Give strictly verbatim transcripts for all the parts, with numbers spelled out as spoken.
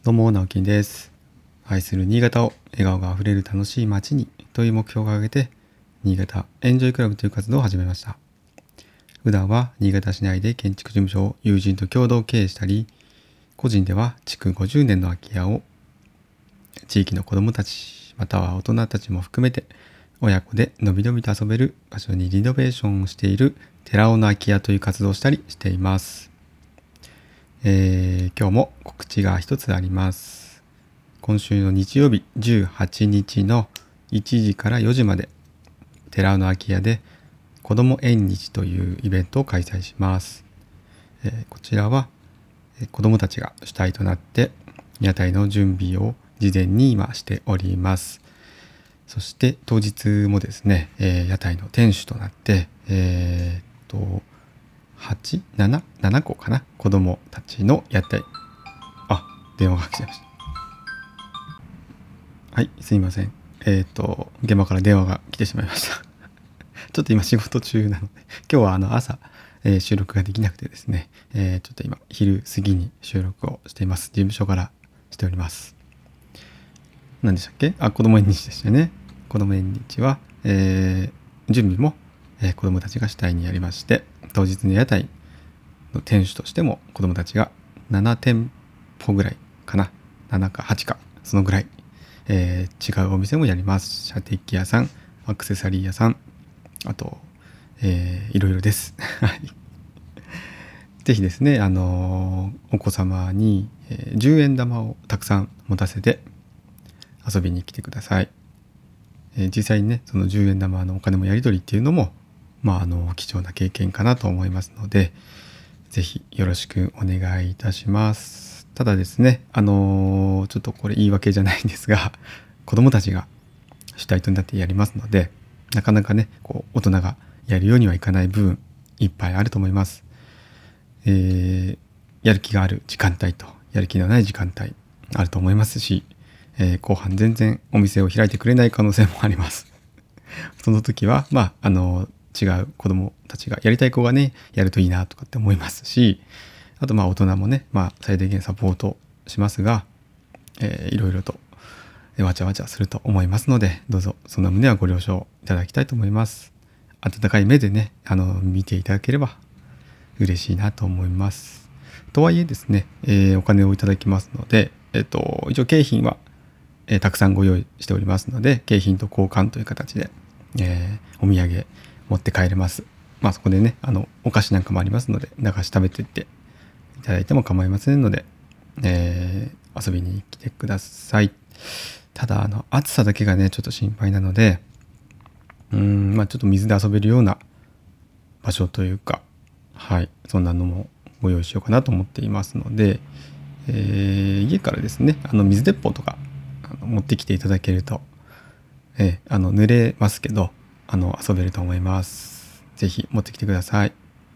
どうも、直樹です。愛する新潟を笑顔があふれる楽しい街にという目標を掲げて、新潟エンジョイクラブという活動を始めました。普段は新潟市内で建築事務所を友人と共同経営したり、個人では築ごじゅうねんの空き家を地域の子どもたち、または大人たちも含めて親子でのびのびと遊べる場所にリノベーションをしている寺尾の空き家という活動をしたりしています。えー、今日も告知が一つあります。今週の日曜日じゅうはちにちのいちじからよじまで寺尾の空き家で子ども縁日というイベントを開催します。えー、こちらは子どもたちが主体となって屋台の準備を事前に今しております。そして当日もですね、えー、屋台の店主となってえー、っとはち、なな、ななこかな子どもたちの屋台。あ、電話が来ちゃいました。はい、すいません。えっと、現場から電話が来てしまいました。ちょっと今仕事中なので、今日はあの朝、えー、収録ができなくてですね、えー、ちょっと今昼過ぎに収録をしています。事務所からしております。何でしたっけ？あ、子ども縁日でしたね。子ども縁日は、えー、準備も、えー、子どもたちが主体にやりまして、当日の屋台の店主としても子どもたちがななてんぽぐらいかな、ななかはちかそのぐらい、えー、違うお店もやります。射的屋さん、アクセサリー屋さん、あと、えー、いろいろです。ぜひですね、あのー、お子様に、えー、じゅうえん玉をたくさん持たせて遊びに来てください。えー、実際にね、そのじゅうえん玉のお金もやり取りっていうのも、まあ、あの貴重な経験かなと思いますので、ぜひよろしくお願いいたします。ただですね、あのー、ちょっとこれ言い訳じゃないんですが、子どもたちが主体となってやりますので、なかなかね、こう大人がやるようにはいかない部分いっぱいあると思います。えー、やる気がある時間帯とやる気のない時間帯あると思いますし、えー、後半全然お店を開いてくれない可能性もあります。その時は、まあ、あの、違う子供たちがやりたい子がね、やるといいなとかって思いますし、あとまあ大人もね、まあ最大限サポートしますが、えー、いろいろとわちゃわちゃすると思いますので、どうぞその旨はご了承いただきたいと思います。温かい目でね、あの、見ていただければ嬉しいなと思います。とはいえですね、えー、お金をいただきますので、えっと、一応景品は、えー、たくさんご用意しておりますので、景品と交換という形で、えー、お土産持って帰れます。まあそこでね、あの、お菓子なんかもありますので、駄菓子食べていっていただいても構いませんので、えー、遊びに来てください。ただ、あの、暑さだけがね、ちょっと心配なので、うーん、まあちょっと水で遊べるような場所というか、はい、そんなのもご用意しようかなと思っていますので、えー、家からですね、あの水鉄砲とかあの持ってきていただけると、えー、あの濡れますけど、あの遊べると思います。ぜひ持ってきてください。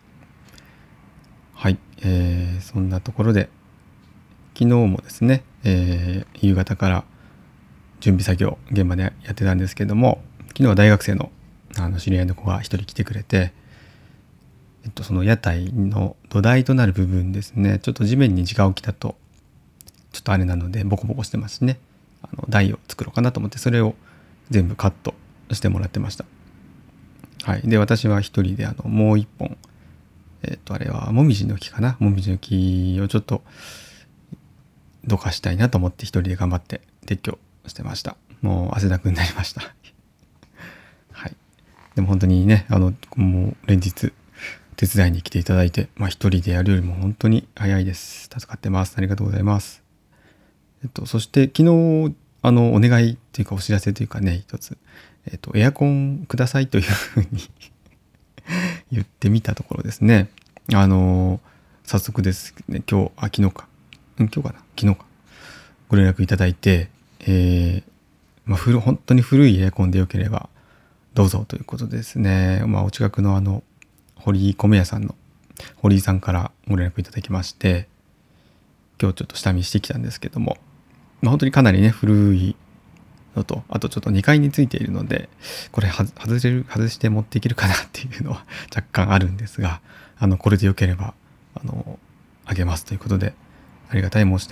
はい、えー、そんなところで昨日もですね、えー、夕方から準備作業現場でやってたんですけども、昨日は大学生のあの知り合いの子が一人来てくれて、えっと、その屋台の土台となる部分ですね、ちょっと地面に直置きだとちょっとあれなのでボコボコしてますね。あの台を作ろうかなと思って、それを全部カットしてもらってました。はい、で私は一人であのもう一本、えっとあれはもみじの木かな、もみじの木をちょっとどかしたいなと思って一人で頑張って撤去してました。もう汗だくになりました。はい。でも本当にね、あのもう連日手伝いに来ていただいて、まあ一人でやるよりも本当に早いです。助かってます。ありがとうございます。えっと、そして昨日、あの、お願いというかお知らせというかね、一つ、えっと、エアコンくださいというふうに言ってみたところですね、あの、早速ですね、今日、あ、昨日か、うん、今日かな、昨日か、ご連絡いただいて、えー、まあ、古、本当に古いエアコンでよければ、どうぞということですね。まあ、お近くのあの、堀井米屋さんの堀井さんからご連絡いただきまして、今日ちょっと下見してきたんですけども、まあ、本当にかなりね古いのと、あとちょっとにかいについているので、これ外れる外して持っていけるかなっていうのは若干あるんですが、あのこれでよければあのあげますということで、ありがたい申し出を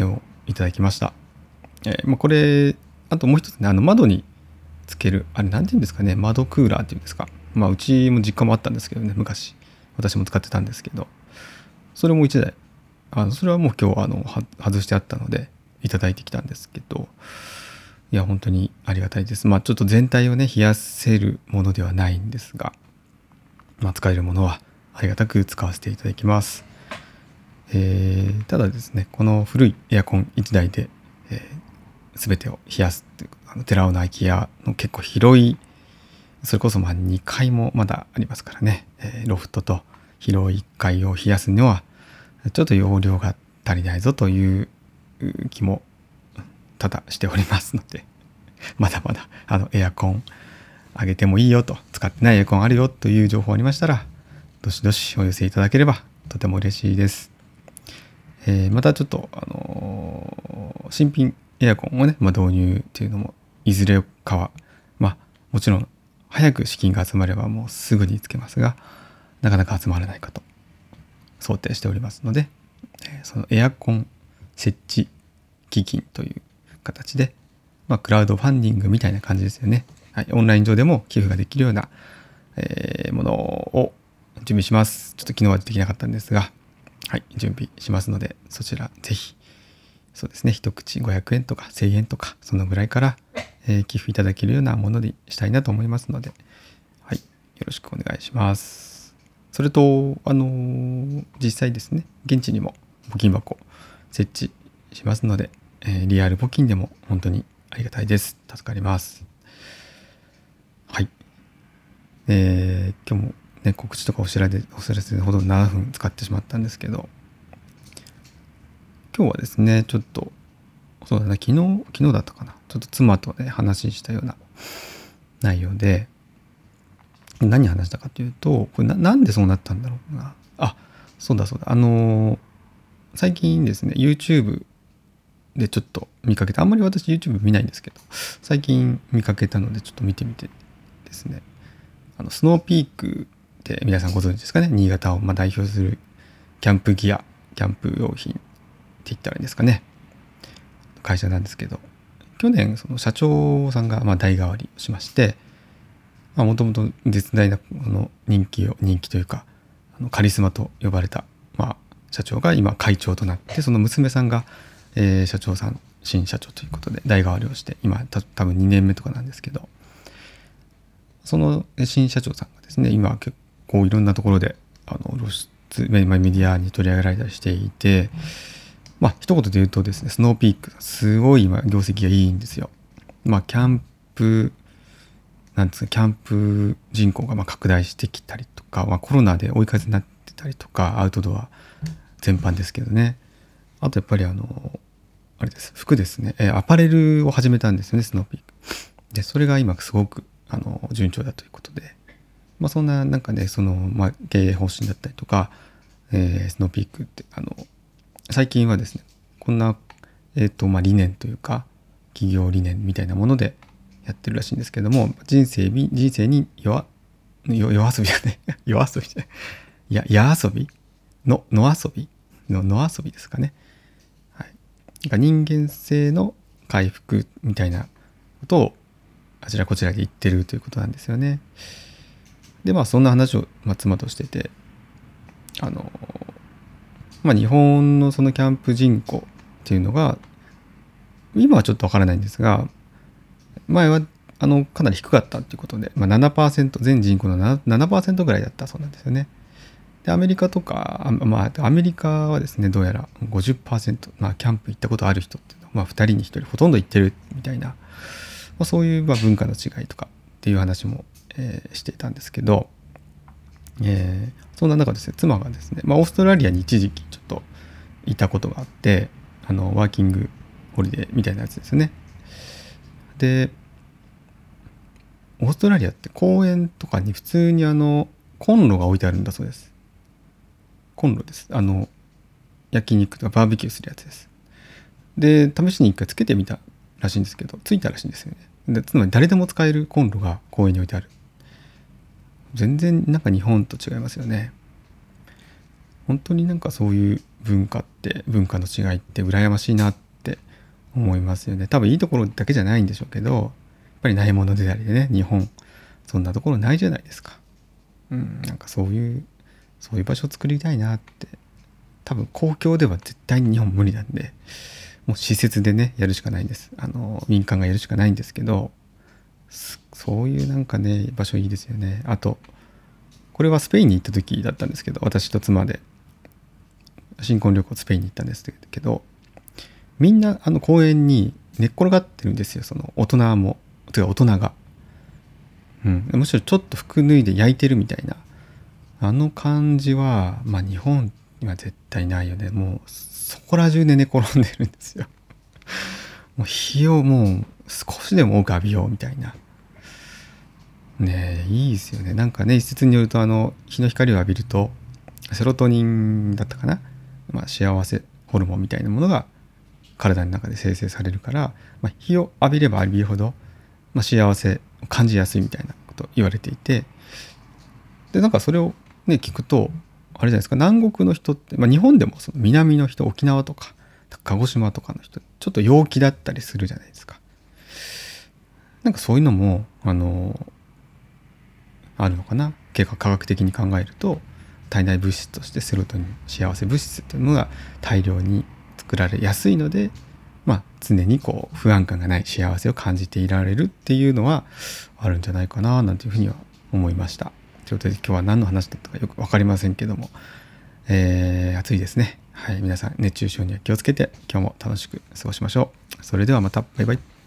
いただきました。えーまあ、これあともう一つね、あの窓につけるあれなんていうんですかね、窓クーラーっていうんですか、まあうちも実家もあったんですけどね、昔私も使ってたんですけど、それもいちだい、あのそれはもう今日あのは外してあったのでいただいてきたんですけど、いや本当にありがたいです。まあちょっと全体をね冷やせるものではないんですが、まあ、使えるものはありがたく使わせていただきます。えー、ただですね、この古いエアコンいちだいで、えー、全てを冷やすっていう、あの寺尾の空き家の結構広い、それこそまあにかいもまだありますからね、えー、ロフトと広いいっかいを冷やすにはちょっと容量が足りないぞという気もただしておりますので、まだまだあのエアコンあげてもいいよと、使ってないエアコンあるよという情報ありましたら、どしどしお寄せいただければとても嬉しいです。えー、またちょっと、あのー新品エアコンをね、まあ、導入っていうのもいずれかは、まあもちろん早く資金が集まればもうすぐにつけますが、なかなか集まらないかと想定しておりますので、えーそのエアコン設置基金という形で、まあ、クラウドファンディングみたいな感じですよね。はい、オンライン上でも寄付ができるような、えーものを準備します。ちょっと昨日はできなかったんですが、はい、準備しますので、そちらぜひ、そうですね、一口ごひゃくえんとかせんえんとか、そのぐらいから、えー寄付いただけるようなものにしたいなと思いますので、はい、よろしくお願いします。それと、あのー実際ですね、現地にも募金箱設置しますので、えーリアル募金でも本当にありがたいです。助かります。はい。えー今日もね、告知とかお知らせ、お知らせほどななふん使ってしまったんですけど、今日はですね、ちょっと、そうだな、昨日、昨日だったかな。ちょっと妻とね、話したような内容で、何話したかというと、これな、なんでそうなったんだろうな。あ、そうだそうだ。あのー最近ですね、YouTube でちょっと見かけた、あんまり私 YouTube 見ないんですけど、最近見かけたのでちょっと見てみてですね、あのスノーピークって皆さんご存知ですかね。新潟をまあ代表するキャンプギア、キャンプ用品って言ったらいいんですかね。会社なんですけど、去年その社長さんがまあ代替わりしまして、もともと絶大なこの人気を人気というか、あのカリスマと呼ばれた、まあ、社長が今会長となって、その娘さんが、えー社長さん新社長ということで代替わりをして、今た多分にねんめとかなんですけど、その新社長さんがですね、今結構いろんなところであの露出、メメディアに取り上げられたりしていて、まあ一言で言うとですね、スノーピークすごい今業績がいいんですよ。まあキャンプなんですか、キャンプ人口がまあ拡大してきたりとか、まあ、コロナで追い風になってたりとか、アウトドア全般ですけどね。あとやっぱりあのあれです、服ですね、えーアパレルを始めたんですよね、スノーピークで。それが今すごくあの順調だということで、まあそんななんかね、その、まあ、経営方針だったりとか、えースノーピークってあの最近はですね、こんな、えーとまあ、理念というか企業理念みたいなものでやってるらしいんですけども、人生に人生に夜夜遊びじゃね夜遊びじゃないいや夜遊びの野遊びの野遊びですかね。はい。なんか人間性の回復みたいなことをあちらこちらで言ってるということなんですよね。でまあそんな話を、まあ、妻としてて、あのまあ日本のそのキャンプ人口っていうのが今はちょっとわからないんですが、前はあのかなり低かったということで、まあ、ななパーセント、全人口の ななパーセント ぐらいだったそうなんですよね。でアメリカとか、あまあ、アメリカはですね、どうやら ごじゅっパーセント、まあ、キャンプ行ったことある人っていうのは、まあ、ふたりにひとりほとんど行ってるみたいな、まあ、そういうまあ文化の違いとかっていう話も、えーしていたんですけど、えーそんな中ですね、妻がですね、まあ、オーストラリアに一時期ちょっといたことがあって、あのワーキングホリデーみたいなやつですね。でオーストラリアって公園とかに普通にあのコンロが置いてあるんだそうです。コンロです。あの焼肉とかバーベキューするやつです。で試しに一回つけてみたらしいんですけど、ついたらしいんですよね。でつまり誰でも使えるコンロが公園に置いてある。全然なんか日本と違いますよね。本当になんかそういう文化って文化の違いって羨ましいなって思いますよね。多分いいところだけじゃないんでしょうけど、やっぱりないものでありでね、日本そんなところないじゃないですか。うん、なんかそういうそういう場所を作りたいなって。多分公共では絶対に日本無理なんで、もう施設でねやるしかないんです。あの民間がやるしかないんですけど、そういうなんかね場所いいですよね。あとこれはスペインに行った時だったんですけど、私と妻で新婚旅行スペインに行ったんですけど、みんなあの公園に寝っ転がってるんですよ。その大人もてか大人が、うん、むしろちょっと服脱いで焼いてるみたいな、あの感じはまあ日本には絶対ないよね。もうそこら中で寝転んでるんですよ。もう日をもう少しでも多く浴びようみたいな。ねえ、いいですよね。なんかね、一説によるとあの日の光を浴びるとセロトニンだったかな、まあ、幸せホルモンみたいなものが体の中で生成されるから、まあ、日を浴びれば浴びるほど、まあ、幸せを感じやすいみたいなこと言われていて、でなんかそれをね聞くとあれじゃないですか、南国の人って、まあ、日本でもその南の人、沖縄とか鹿児島とかの人ちょっと陽気だったりするじゃないですか。なんかそういうのもあのあるのかな。結構科学的に考えると体内物質としてセロトニン、幸せ物質っていうのが大量に作られやすいので、まあ、常にこう不安感がない幸せを感じていられるっていうのはあるんじゃないかななんていうふうには思いました。ということで今日は何の話だったかよく分かりませんけども、えー、暑いですね。はい、皆さん熱中症には気をつけて今日も楽しく過ごしましょう。それではまた、バイバイ。